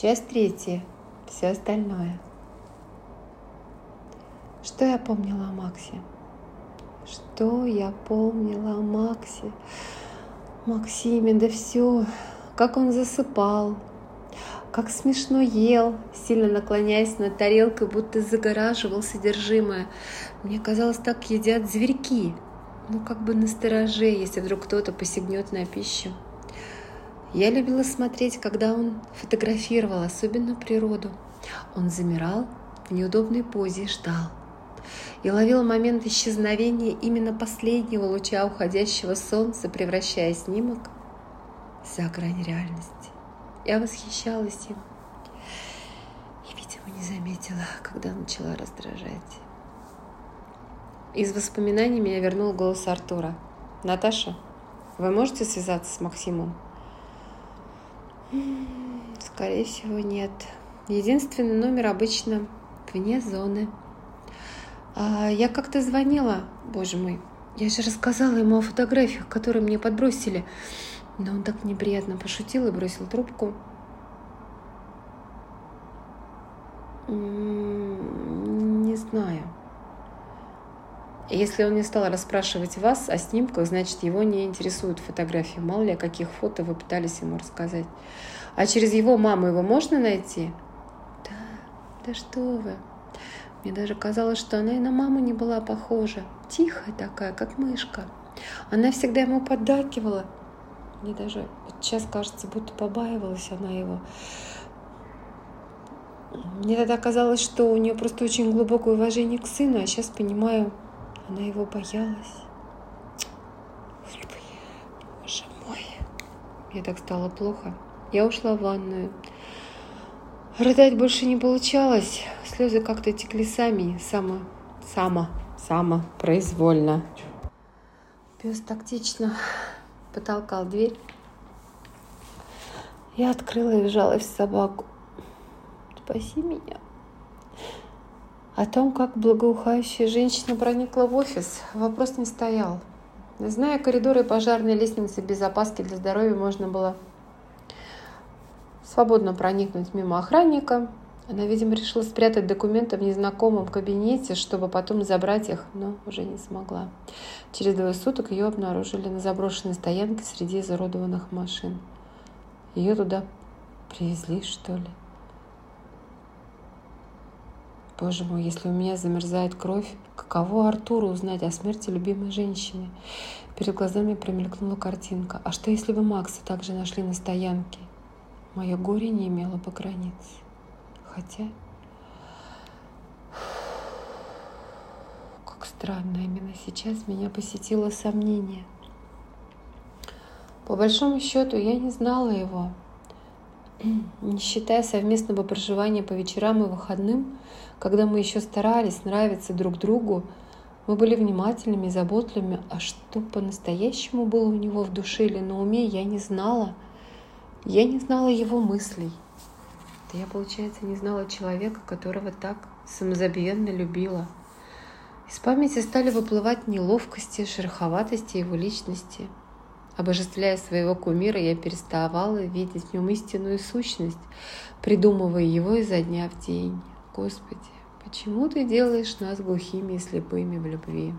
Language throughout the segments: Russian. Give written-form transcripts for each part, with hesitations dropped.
Часть третья. Все остальное. Что я помнила о Максе? Что я помнила о Максе? Максиме, да все. Как он засыпал. Как смешно ел, сильно наклоняясь над тарелкой, будто загораживал содержимое. Мне казалось, так едят зверьки. Как бы настороже, если вдруг кто-то посягнет на пищу. Я любила смотреть, когда он фотографировал, особенно природу. Он замирал в неудобной позе и ждал. И ловил момент исчезновения именно последнего луча уходящего солнца, превращая снимок за грань реальности. Я восхищалась им и, видимо, не заметила, когда начала раздражать. Из воспоминаний меня вернул голос Артура. «Наташа, вы можете связаться с Максимом?» Скорее всего, нет. Единственный номер обычно вне зоны. Я как-то звонила, боже мой, я же рассказала ему о фотографиях, которые мне подбросили. Но он так неприятно пошутил и бросил трубку. Не знаю. Если он не стал расспрашивать вас о снимках, значит, его не интересуют фотографии. Мало ли, о каких фото вы пытались ему рассказать. А через его маму его можно найти? Да что вы. Мне даже казалось, что она и на маму не была похожа. Тихая такая, как мышка. Она всегда ему поддакивала. Мне даже сейчас кажется, будто побаивалась она его. Мне тогда казалось, что у нее просто очень глубокое уважение к сыну, а сейчас понимаю, она его боялась. Боже мой. Мне так стало плохо. Я ушла в ванную. Рыдать больше не получалось. Слезы как-то текли сами, произвольно. Пес тактично потолкал дверь. Я открыла и вжалась в собаку. Спаси меня. О том, как благоухающая женщина проникла в офис, вопрос не стоял. Зная коридоры и пожарные лестницы без опаски для здоровья, можно было свободно проникнуть мимо охранника. Она, видимо, решила спрятать документы в незнакомом кабинете, чтобы потом забрать их, но уже не смогла. Через 2 суток ее обнаружили на заброшенной стоянке среди изуродованных машин. Ее туда привезли, что ли? Боже мой, если у меня замерзает кровь, каково Артуру узнать о смерти любимой женщины? Перед глазами промелькнула картинка. А что, если бы Макса также нашли на стоянке? Мое горе не имело бы границ. Хотя... Как странно, именно сейчас меня посетило сомнение. По большому счету, я не знала его. Не считая совместного проживания по вечерам и выходным, когда мы еще старались нравиться друг другу, мы были внимательными и заботливыми, а что по-настоящему было у него в душе или на уме, я не знала. Я не знала его мыслей. Да я, получается, не знала человека, которого так самозабвенно любила. Из памяти стали выплывать неловкости, шероховатости его личности. Обожествляя своего кумира, я переставала видеть в нем истинную сущность, придумывая его изо дня в день. Господи, почему ты делаешь нас глухими и слепыми в любви?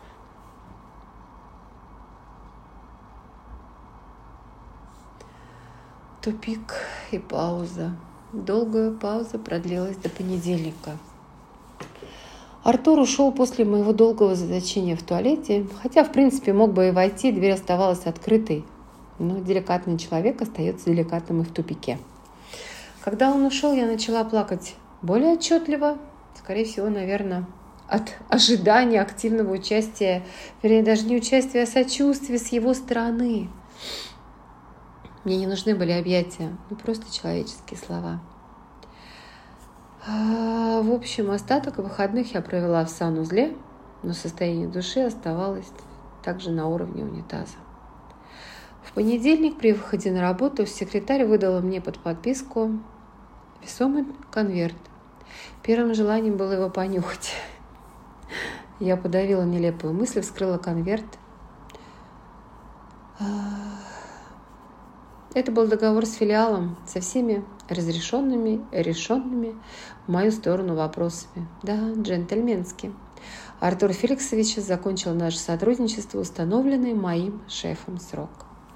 Тупик и пауза. Долгая пауза продлилась до понедельника. Артур ушел после моего долгого заточения в туалете, хотя, в принципе, мог бы и войти, дверь оставалась открытой. Но деликатный человек остается деликатным и в тупике. Когда он ушел, я начала плакать более отчетливо, скорее всего, наверное, от ожидания активного участия, вернее, даже не участия, а сочувствия с его стороны. Мне не нужны были объятия, просто человеческие слова. В общем, остаток выходных я провела в санузле, но состояние души оставалось также на уровне унитаза. В понедельник при выходе на работу секретарь выдала мне под подписку весомый конверт. Первым желанием было его понюхать. Я подавила нелепую мысль, вскрыла конверт. Это был договор с филиалом, со всеми решенными в мою сторону вопросами. Да, джентльменски. Артур Феликсович закончил наше сотрудничество, установленный моим шефом срок.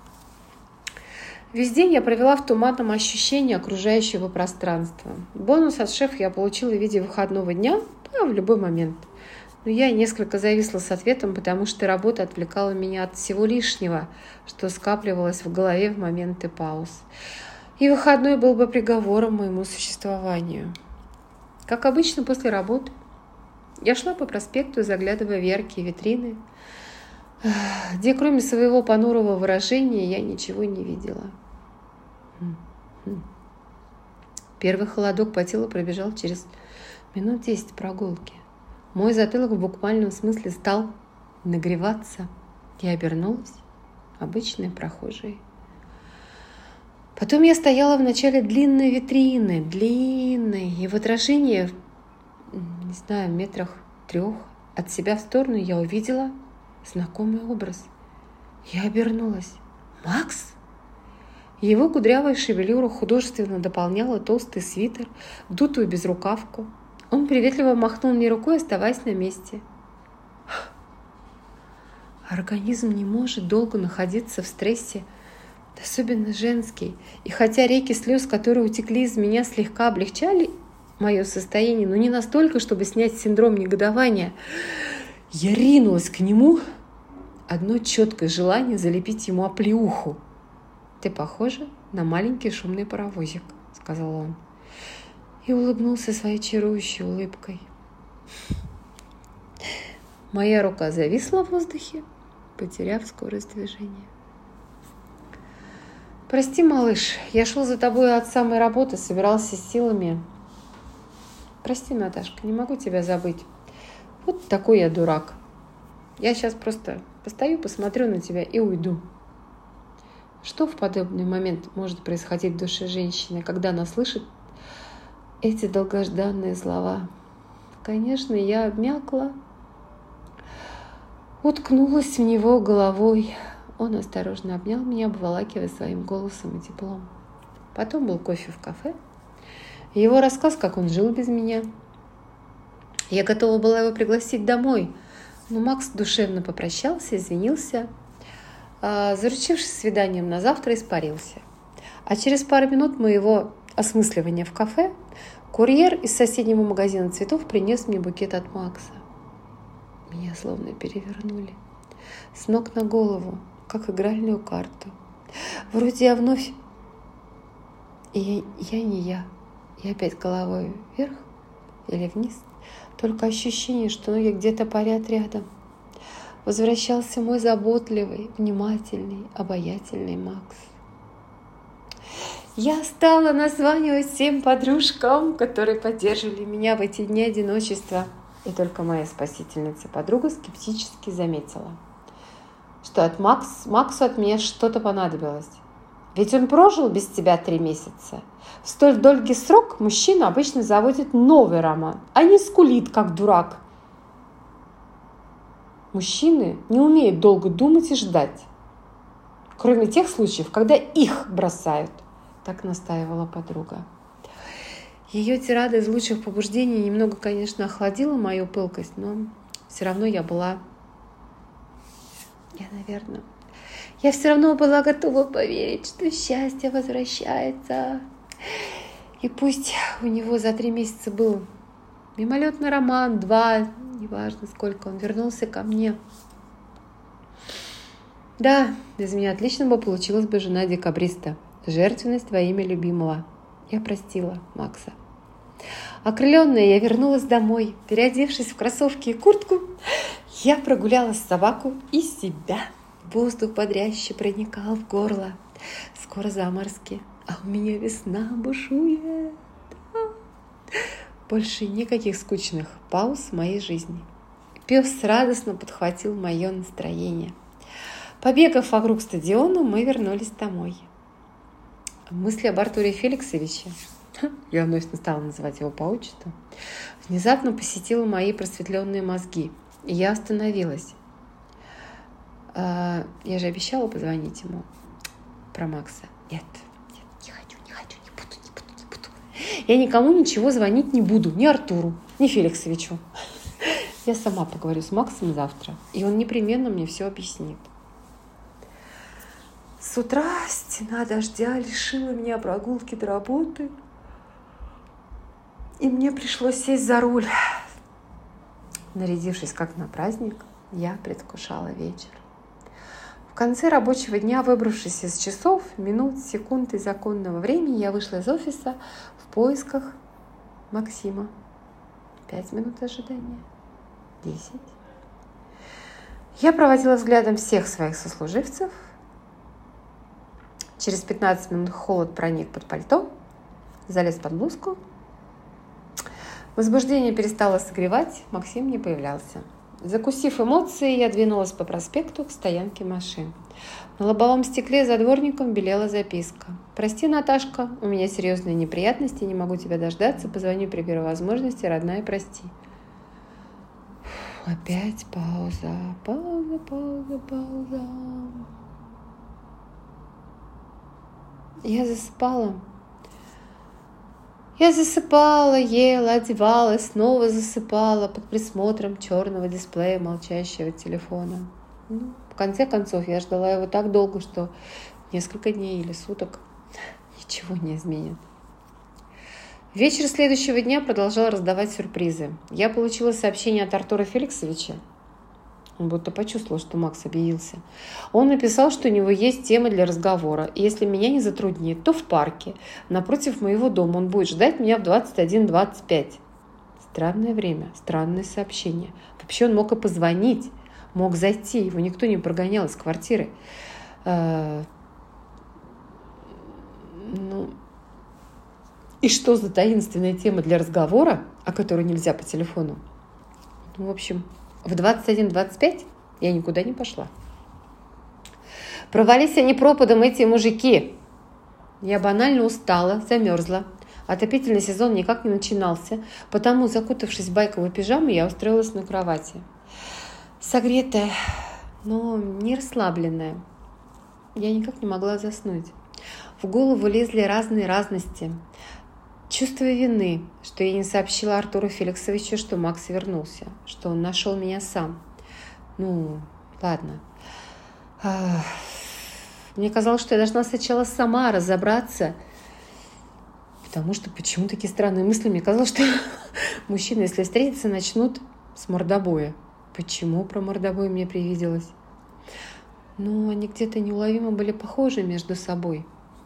Весь день я провела в туманном ощущении окружающего пространства. Бонус от шефа я получила в виде выходного дня, в любой момент. Но я несколько зависла с ответом, потому что работа отвлекала меня от всего лишнего, что скапливалось в голове в моменты пауз. И выходной был бы приговором моему существованию. Как обычно после работы, я шла по проспекту, заглядывая в яркие витрины, где кроме своего понурого выражения я ничего не видела. Первый холодок по телу пробежал через минут 10 прогулки. Мой затылок в буквальном смысле стал нагреваться. Я обернулась, обычной прохожей. Потом я стояла в начале длинной витрины, и в отражении, не знаю, метрах 3 от себя в сторону я увидела знакомый образ. Я обернулась. Макс? Его кудрявая шевелюра художественно дополняла толстый свитер, вдутую безрукавку. Он приветливо махнул мне рукой, оставаясь на месте. Организм не может долго находиться в стрессе, особенно женский. И хотя реки слез, которые утекли из меня, слегка облегчали мое состояние, но не настолько, чтобы снять синдром негодования, я ринулась к нему. Одно четкое желание залепить ему оплеуху. «Ты похожа на маленький шумный паровозик», — сказал он. И улыбнулся своей чарующей улыбкой. Моя рука зависла в воздухе, потеряв скорость движения. «Прости, малыш, я шел за тобой от самой работы, собирался с силами. Прости, Наташка, не могу тебя забыть. Вот такой я дурак. Я сейчас просто постою, посмотрю на тебя и уйду». Что в подобный момент может происходить в душе женщины, когда она слышит эти долгожданные слова? Конечно, я обмякла, уткнулась в него головой. Он осторожно обнял меня, обволакивая своим голосом и теплом. Потом был кофе в кафе. Его рассказ, как он жил без меня. Я готова была его пригласить домой, но Макс душевно попрощался, извинился, заручившись свиданием на завтра, испарился. А через пару минут моего осмысливания в кафе курьер из соседнего магазина цветов принес мне букет от Макса. Меня словно перевернули с ног на голову, как игральную карту. Вроде я вновь... И я не я. Я опять головой вверх или вниз. Только ощущение, что ноги где-то парят рядом. Возвращался мой заботливый, внимательный, обаятельный Макс. Я стала названивать всем подружкам, которые поддерживали меня в эти дни одиночества. И только моя спасительница-подруга скептически заметила, что Максу от меня что-то понадобилось. Ведь он прожил без тебя 3 месяца. В столь долгий срок мужчина обычно заводит новый роман, а не скулит, как дурак. Мужчины не умеют долго думать и ждать, кроме тех случаев, когда их бросают, так настаивала подруга. Ее тирада из лучших побуждений немного, конечно, охладила мою пылкость, но все равно я все равно была готова поверить, что счастье возвращается. И пусть у него за 3 месяца был мимолетный роман, 2, неважно сколько, он вернулся ко мне. Да, из меня отлично бы получилась бы жена декабриста. Жертвенность во имя любимого. Я простила Макса. Окрыленная, я вернулась домой. Переодевшись в кроссовки и куртку, я прогуляла собаку и себя. Воздух бодряще проникал в горло. Скоро заморозки, а у меня весна бушует. Больше никаких скучных пауз в моей жизни. Пес радостно подхватил мое настроение. Побегав вокруг стадиона, мы вернулись домой. Мысли об Артуре Феликсовиче, я вновь стала называть его по отчеству, внезапно посетила мои просветленные мозги. И я остановилась. Я же обещала позвонить ему про Макса. Нет, не хочу, не буду. Я никому ничего звонить не буду, ни Артуру, ни Феликсовичу. Я сама поговорю с Максом завтра, и он непременно мне все объяснит. С утра стена дождя лишила меня прогулки до работы, и мне пришлось сесть за руль. Нарядившись как на праздник, я предвкушала вечер. В конце рабочего дня, выбравшись из часов, минут, секунд и законного времени, я вышла из офиса в поисках Максима. 5 минут ожидания. 10. Я проводила взглядом всех своих сослуживцев. Через 15 минут холод проник под пальто, залез под блузку. Возбуждение перестало согревать, Максим не появлялся. Закусив эмоции, я двинулась по проспекту к стоянке машин. На лобовом стекле за дворником белела записка. «Прости, Наташка, у меня серьезные неприятности, не могу тебя дождаться, позвоню при первой возможности, родная, прости». Опять пауза. Я засыпала, ела, одевалась, снова засыпала под присмотром черного дисплея молчащего телефона. В конце концов, я ждала его так долго, что несколько дней или суток ничего не изменит. Вечер следующего дня продолжал раздавать сюрпризы. Я получила сообщение от Артура Феликсовича. Он будто почувствовал, что Макс объявился. Он написал, что у него есть тема для разговора, и если меня не затруднит, то в парке, напротив моего дома. Он будет ждать меня в 21:25. Странное время, странное сообщение. Вообще он мог и позвонить, мог зайти, его никто не прогонял из квартиры. И что за таинственная тема для разговора, о которой нельзя по телефону? В общем, в 21:25 я никуда не пошла. Провались они пропадом, эти мужики. Я банально устала, замерзла. Отопительный сезон никак не начинался, потому, закутавшись в байковую пижаму, я устроилась на кровати. Согретая, но не расслабленная. Я никак не могла заснуть. В голову лезли разные разности. Чувство вины, что я не сообщила Артуру Феликсовичу, что Макс вернулся, что он нашел меня сам. Ладно. Мне казалось, что я должна сначала сама разобраться, потому что почему такие странные мысли? Мне казалось, что мужчины, если встретятся, начнут с мордобоя. Почему про мордобой мне привиделось? Они где-то неуловимо были похожи между собой.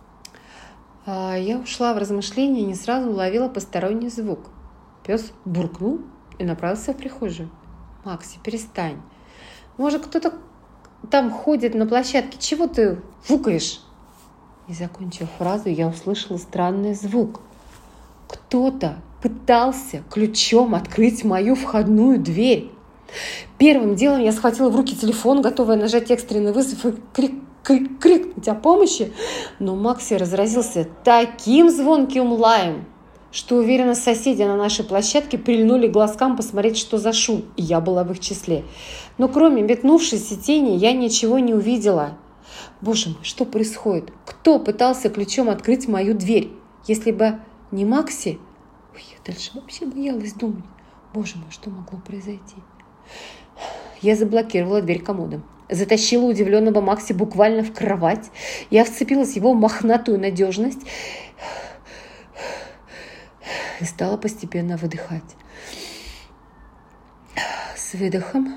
Я ушла в размышления и не сразу уловила посторонний звук. Пес буркнул и направился в прихожую. «Макси, перестань. Может, кто-то там ходит на площадке. Чего ты фукаешь?» И, закончив фразу, я услышала странный звук. Кто-то пытался ключом открыть мою входную дверь. Первым делом я схватила в руки телефон, готовая нажать экстренный вызов и крикнуть о помощи, но Макси разразился таким звонким лаем, что, уверена, соседи на нашей площадке прильнули глазкам посмотреть, что за шум, и я была в их числе. Но кроме метнувшейся тени я ничего не увидела. Боже мой, что происходит? Кто пытался ключом открыть мою дверь? Если бы не Макси... я дальше вообще боялась думать. Боже мой, что могло произойти? Я заблокировала дверь комода. Затащила удивленного Макси буквально в кровать. Я вцепилась в его мохнатую надежность и стала постепенно выдыхать. С выдохом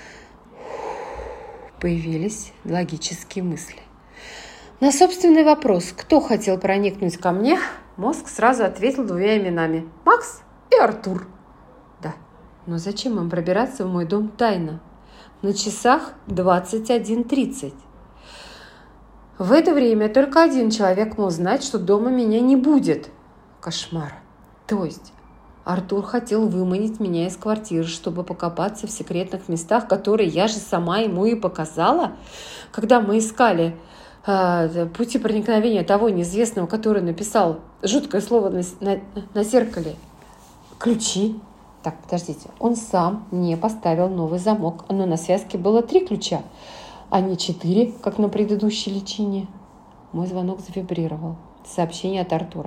появились логические мысли. На собственный вопрос, кто хотел проникнуть ко мне, мозг сразу ответил 2 именами – Макс и Артур. Да, но зачем им пробираться в мой дом тайно? На часах 21:30. В это время только один человек мог знать, что дома меня не будет. Кошмар. То есть Артур хотел выманить меня из квартиры, чтобы покопаться в секретных местах, которые я же сама ему и показала, когда мы искали пути проникновения того неизвестного, который написал жуткое слово на зеркале. Ключи. Так, подождите, он сам не поставил новый замок, но на связке было 3 ключа, а не 4, как на предыдущей личине. Мой звонок завибрировал. Сообщение от Артура.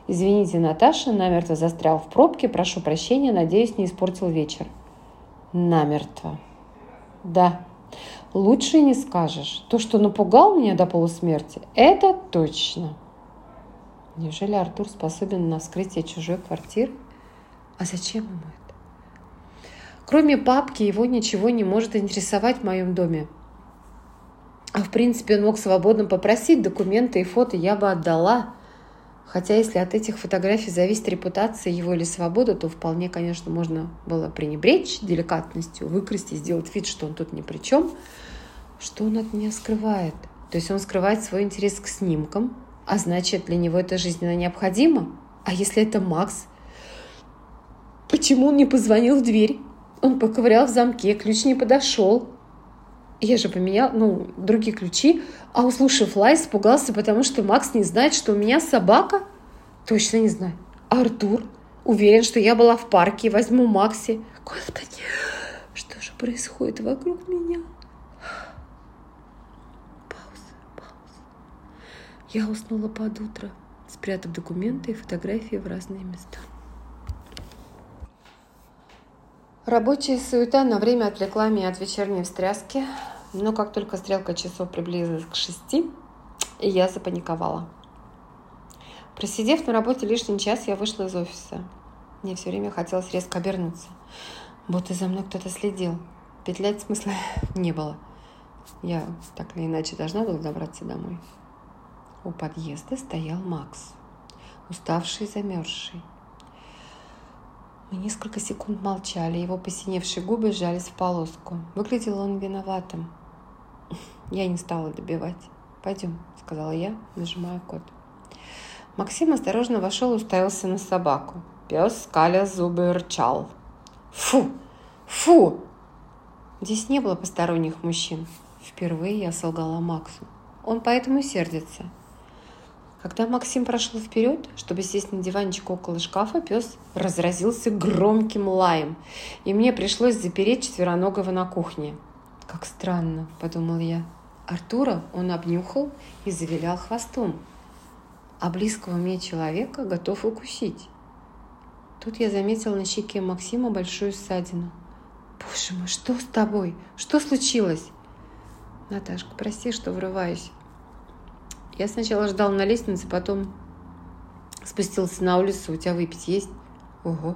«Извините, Наташа, намертво застрял в пробке. Прошу прощения, надеюсь, не испортил вечер». Намертво. Да, лучше и не скажешь. То, что напугал меня до полусмерти, это точно. Неужели Артур способен на вскрытие чужой квартиры? А зачем ему это? Кроме папки, его ничего не может интересовать в моем доме. А в принципе, он мог свободно попросить документы и фото, я бы отдала. Хотя, если от этих фотографий зависит репутация его или свобода, то вполне, конечно, можно было пренебречь деликатностью, выкрасть и сделать вид, что он тут ни при чем. Что он от меня скрывает? То есть он скрывает свой интерес к снимкам, а значит, для него это жизненно необходимо? А если это Макс? Почему он не позвонил в дверь? Он поковырял в замке, ключ не подошел. Я же поменял, другие ключи, а услышав лай, испугался, потому что Макс не знает, что у меня собака? Точно не знает. А Артур уверен, что я была в парке, возьму Макси. Господи, что же происходит вокруг меня? Пауза. Я уснула под утро, спрятав документы и фотографии в разные места. Рабочая суета на время отвлекла меня от вечерней встряски, но как только стрелка часов приблизилась к 6, я запаниковала. Просидев на работе лишний час, я вышла из офиса. Мне все время хотелось резко обернуться, будто за мной кто-то следил. Петлять смысла не было. Я так или иначе должна была добраться домой. У подъезда стоял Макс, уставший и замерзший. Мы несколько секунд молчали, его посиневшие губы сжались в полоску. Выглядел он виноватым. Я не стала добивать. «Пойдем», — сказала я, нажимая код. Максим осторожно вошел и уставился на собаку. Пес, скаля зубы, рычал. Фу! Здесь не было посторонних мужчин. Впервые я солгала Максу. Он поэтому сердится. Когда Максим прошел вперед, чтобы сесть на диванчик около шкафа, пес разразился громким лаем, и мне пришлось запереть четвероногого на кухне. «Как странно», — подумал я. Артура он обнюхал и завилял хвостом, а близкого мне человека готов укусить. Тут я заметила на щеке Максима большую ссадину. «Боже мой, что с тобой? Что случилось?» «Наташка, прости, что врываюсь. Я сначала ждал на лестнице, потом спустился на улицу. У тебя выпить есть?» «Ого!»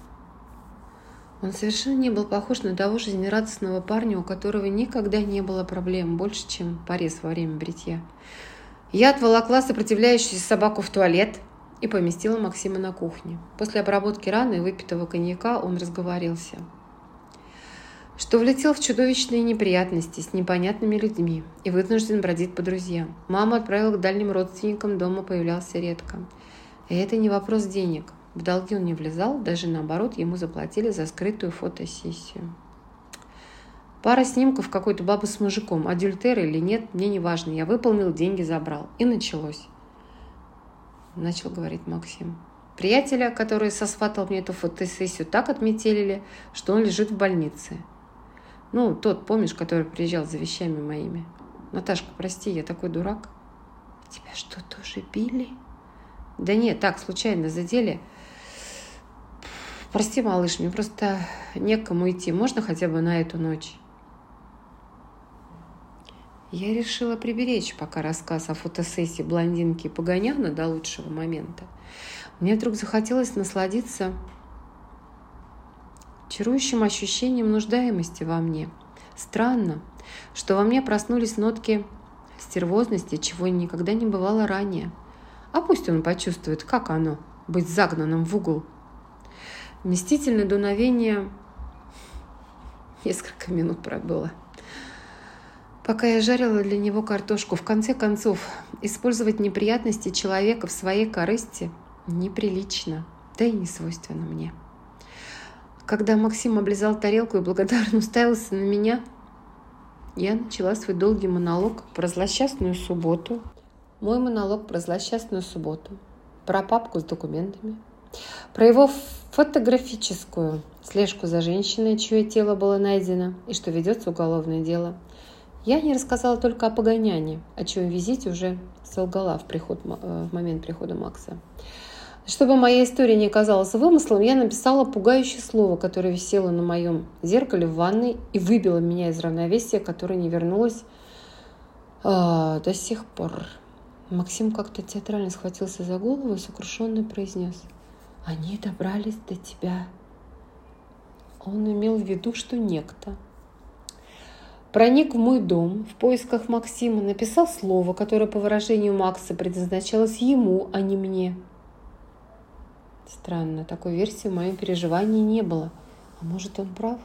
Он совершенно не был похож на того жизнерадостного парня, у которого никогда не было проблем больше, чем порез во время бритья. Я отволокла сопротивляющуюся собаку в туалет и поместила Максима на кухне. После обработки раны и выпитого коньяка он разговорился, что влетел в чудовищные неприятности с непонятными людьми и вынужден бродить по друзьям. Маму отправил к дальним родственникам, дома появлялся редко. И это не вопрос денег. В долги он не влезал, даже наоборот, ему заплатили за скрытую фотосессию. Пара снимков какой-то бабы с мужиком, адюльтер или нет, мне не важно. Я выполнил, деньги забрал. И началось. Начал говорить Максим. Приятеля, который сосватал мне эту фотосессию, так отметелили, что он лежит в больнице. Тот, помнишь, который приезжал за вещами моими. «Наташка, прости, я такой дурак». «Тебя что, тоже били?» «Да нет, так, случайно задели. Прости, малыш, мне просто некому идти. Можно хотя бы на эту ночь?» Я решила приберечь пока рассказ о фотосессии блондинки Погоняна до лучшего момента. Мне вдруг захотелось насладиться чарующим ощущением нуждаемости во мне. Странно, что во мне проснулись нотки стервозности, чего никогда не бывало ранее. А пусть он почувствует, как оно — быть загнанным в угол. Вместительное дуновение несколько минут пробыло. Пока я жарила для него картошку, в конце концов, использовать неприятности человека в своей корысти неприлично, да и не свойственно мне. Когда Максим облизал тарелку и благодарно уставился на меня, я начала свой долгий монолог про злосчастную субботу. Мой монолог про злосчастную субботу, про папку с документами, про его фотографическую слежку за женщиной, чье тело было найдено и что ведется уголовное дело. Я не рассказала только о Погоняне, о чьем визите уже солгала в момент прихода Макса. Чтобы моя история не казалась вымыслом, я написала пугающее слово, которое висело на моем зеркале в ванной и выбило меня из равновесия, которое не вернулось до сих пор. Максим как-то театрально схватился за голову и сокрушенно произнес: «Они добрались до тебя». Он имел в виду, что некто проник в мой дом в поисках Максима, написал слово, которое, по выражению Макса, предназначалось ему, а не мне. Странно, такой версии в моем переживании не было. А может, он прав?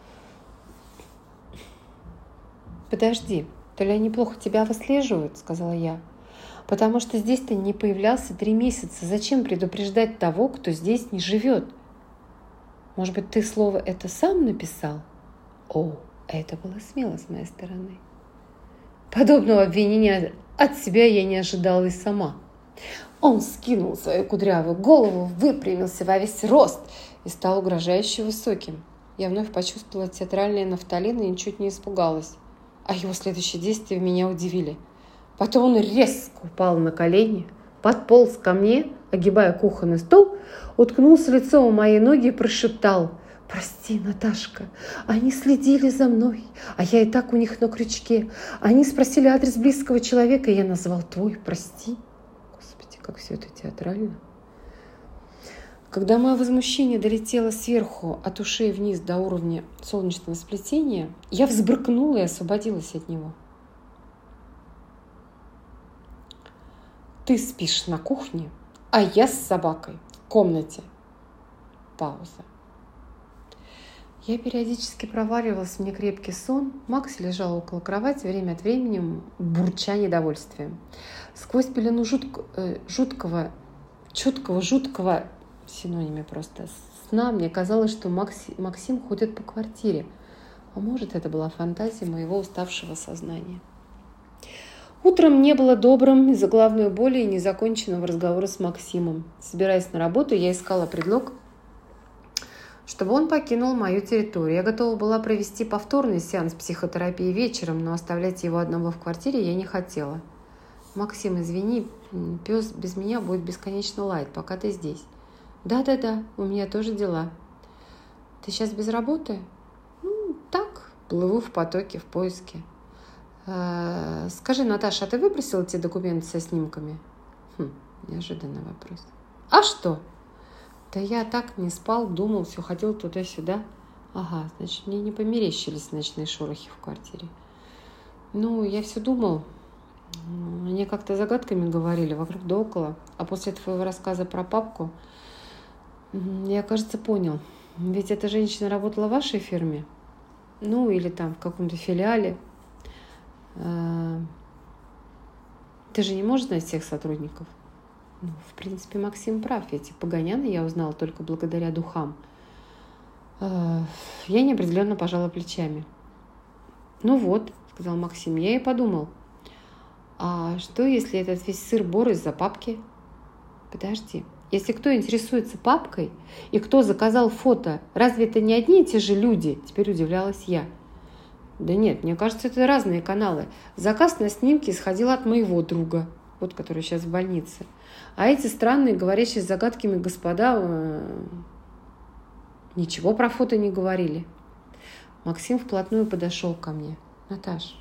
«Подожди, то ли они плохо тебя выслеживают?» — сказала я. «Потому что здесь ты не появлялся 3 месяца. Зачем предупреждать того, кто здесь не живет? Может быть, ты слово это сам написал?» О, это было смело с моей стороны. Подобного обвинения от себя я не ожидала и сама. Он скинул свою кудрявую голову, выпрямился во весь рост и стал угрожающе высоким. Я вновь почувствовала театральный нафталин и ничуть не испугалась. А его следующие действия меня удивили. Потом он резко упал на колени, подполз ко мне, огибая кухонный стол, уткнулся лицом в мои ноги и прошептал: «Прости, Наташка, они следили за мной, а я и так у них на крючке. Они спросили адрес близкого человека, и я назвал твой, прости». Господи, как все это театрально. Когда мое возмущение долетело сверху от ушей вниз до уровня солнечного сплетения, я взбрыкнула и освободилась от него. «Ты спишь на кухне, а я с собакой в комнате». Пауза. Я периодически проваливалась в некрепкий сон. Макс лежал около кровати, время от времени бурча недовольствием. Сквозь пелену жуткого, синониме просто, сна мне казалось, что Максим ходит по квартире. А может, это была фантазия моего уставшего сознания. Утром не было добрым из-за головной боли и незаконченного разговора с Максимом. Собираясь на работу, я искала предлог, чтобы он покинул мою территорию. Я готова была провести повторный сеанс психотерапии вечером, но оставлять его одного в квартире я не хотела. «Максим, извини, пес без меня будет бесконечно лаять, пока ты здесь». «Да, у меня тоже дела». «Ты сейчас без работы?» «Так, плыву в потоке, в поиске». «Скажи, Наташа, а ты выбросила те документы со снимками?» Неожиданный вопрос. «А что?» «Да я так не спал, думал, все ходил туда-сюда». «Ага, значит, мне не померещились ночные шорохи в квартире». «Я все думал. Они как-то загадками говорили, вокруг да около. А после твоего рассказа про папку я, кажется, понял. Ведь эта женщина работала в вашей фирме? Или там в каком-то филиале. Ты же не можешь знать всех сотрудников?» В принципе, Максим прав. Эти погоняны я узнала только благодаря духам. Я неопределенно пожала плечами. Сказал Максим, я и подумал. А что, если этот весь сыр-бор из-за папки? Подожди. Если кто интересуется папкой и кто заказал фото, разве это не одни и те же люди? Теперь удивлялась я. Да нет, мне кажется, это разные каналы. Заказ на снимки исходил от моего друга, который сейчас в больнице. А эти странные, говорящие с загадками господа, ничего про фото не говорили. Максим вплотную подошел ко мне. Наташ,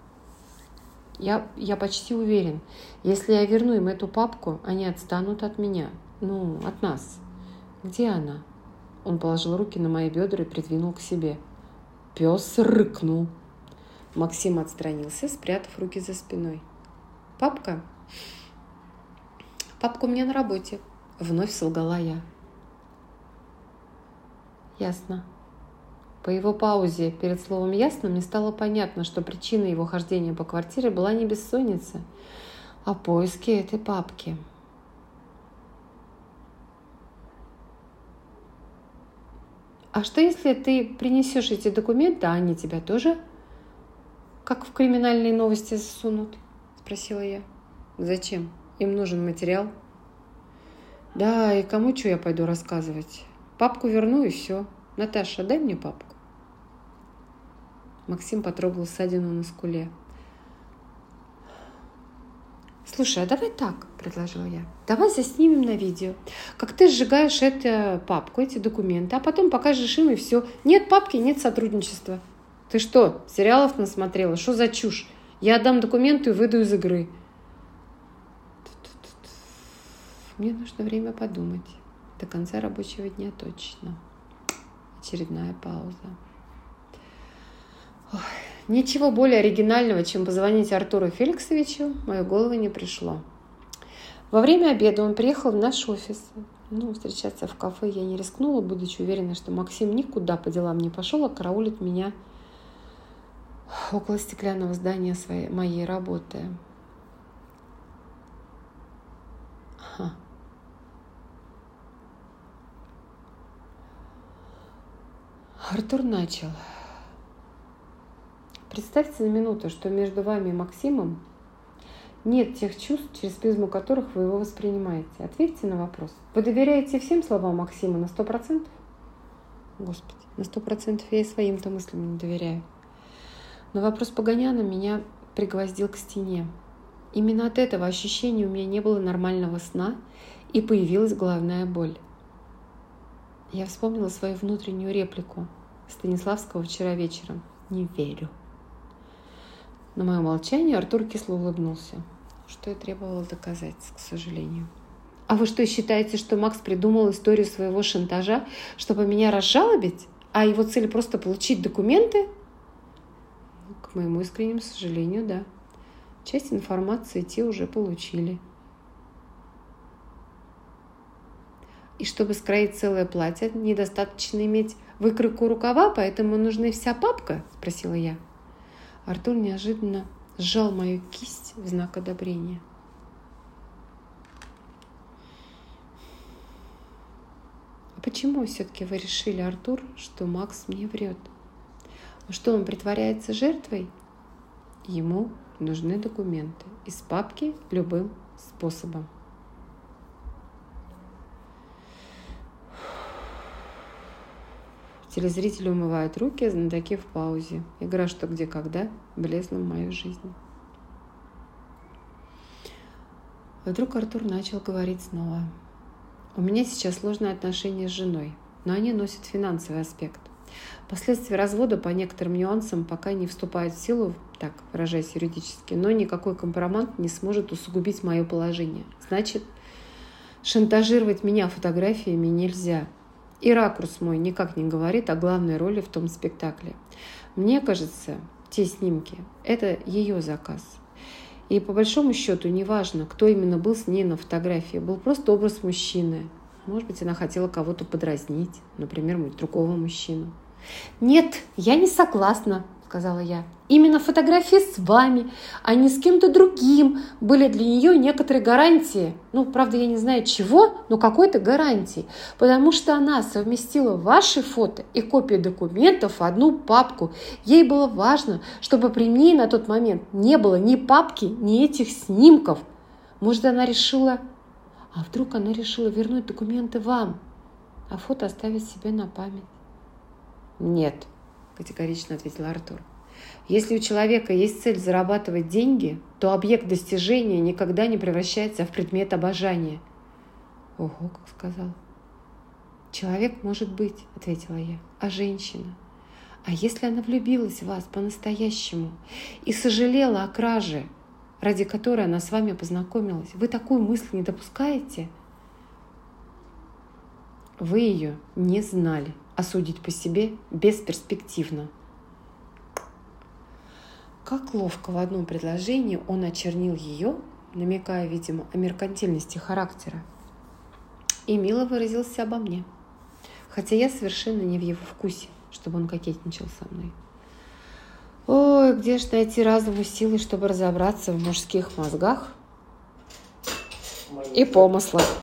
я почти уверен, если я верну им эту папку, они отстанут от меня. От нас. Где она? Он положил руки на мои бедра и придвинул к себе. Пес рыкнул. Максим отстранился, спрятав руки за спиной. «Папка? Папка у меня на работе», — вновь солгала я. «Ясно». По его паузе перед словом «ясно» мне стало понятно, что причиной его хождения по квартире была не бессонница, а поиски этой папки. «А что, если ты принесешь эти документы, а они тебя тоже, как в криминальные новости, засунут?» — спросила я. «Зачем? Им нужен материал». «Да, и кому что я пойду рассказывать? Папку верну и все. Наташа, дай мне папку». Максим потрогал ссадину на скуле. Слушай, а давай так, предложила я. Давай заснимем на видео, как ты сжигаешь эту папку, эти документы, а потом покажешь им и все. Нет папки, нет сотрудничества. Ты что, сериалов насмотрела? Что за чушь? Я отдам документы и выйду из игры. Мне нужно время подумать. До конца рабочего дня точно. Очередная пауза. Ой, ничего более оригинального, чем позвонить Артуру Феликсовичу, в мою голову не пришло. Во время обеда он приехал в наш офис. Встречаться в кафе я не рискнула, будучи уверена, что Максим никуда по делам не пошел, а караулит меня около стеклянного здания моей работы. Артур начал. Представьте на минуту, что между вами и Максимом нет тех чувств, через призму которых вы его воспринимаете. Ответьте на вопрос. Вы доверяете всем словам Максима на 100%? Господи, на 100% я и своим-то мыслям не доверяю. Но вопрос Погоняна меня пригвоздил к стене. Именно от этого ощущения у меня не было нормального сна, и появилась головная боль. Я вспомнила свою внутреннюю реплику Станиславского вчера вечером. Не верю. На мое молчание Артур кисло улыбнулся, что и требовало доказать, к сожалению. А вы что, считаете, что Макс придумал историю своего шантажа, чтобы меня разжалобить, а его цель просто получить документы? К моему искреннему сожалению, да. Часть информации те уже получили. И чтобы скроить целое платье, недостаточно иметь выкройку рукава, поэтому нужна вся папка? Спросила я. Артур неожиданно сжал мою кисть в знак одобрения. А почему все-таки вы решили, Артур, что Макс мне врет? Что он притворяется жертвой? Ему нужны документы из папки любым способом. Телезрители умывают руки, знатоки в паузе. Игра «Что, где, когда» влезла в мою жизнь. Вдруг Артур начал говорить снова. У меня сейчас сложные отношения с женой, но они носят финансовый аспект. Последствия развода по некоторым нюансам пока не вступают в силу, так выражаясь юридически, но никакой компромат не сможет усугубить мое положение. Значит, шантажировать меня фотографиями нельзя. И ракурс мой никак не говорит о главной роли в том спектакле. Мне кажется, те снимки – это ее заказ. И по большому счету неважно, кто именно был с ней на фотографии. Был просто образ мужчины. Может быть, она хотела кого-то подразнить, например, другого мужчину. «Нет, я не согласна», — сказала я. «Именно фотографии с вами, а не с кем-то другим, были для нее некоторые гарантии. Правда, я не знаю чего, но какой-то гарантии. Потому что она совместила ваши фото и копии документов в одну папку. Ей было важно, чтобы при ней на тот момент не было ни папки, ни этих снимков. Может, она решила... А вдруг она решила вернуть документы вам, а фото оставить себе на память?» «Нет», – категорично ответил Артур. «Если у человека есть цель зарабатывать деньги, то объект достижения никогда не превращается в предмет обожания». «Ого, как сказал». «Человек может быть», – ответила я, – «а женщина? А если она влюбилась в вас по-настоящему и сожалела о краже, ради которой она с вами познакомилась, вы такую мысль не допускаете?» «Вы ее не знали, а судить по себе бесперспективно». Как ловко в одном предложении он очернил ее, намекая, видимо, о меркантильности характера, и мило выразился обо мне, хотя я совершенно не в его вкусе, чтобы он кокетничал со мной. Ой, где ж найти разум и силы, чтобы разобраться в мужских мозгах и помыслах?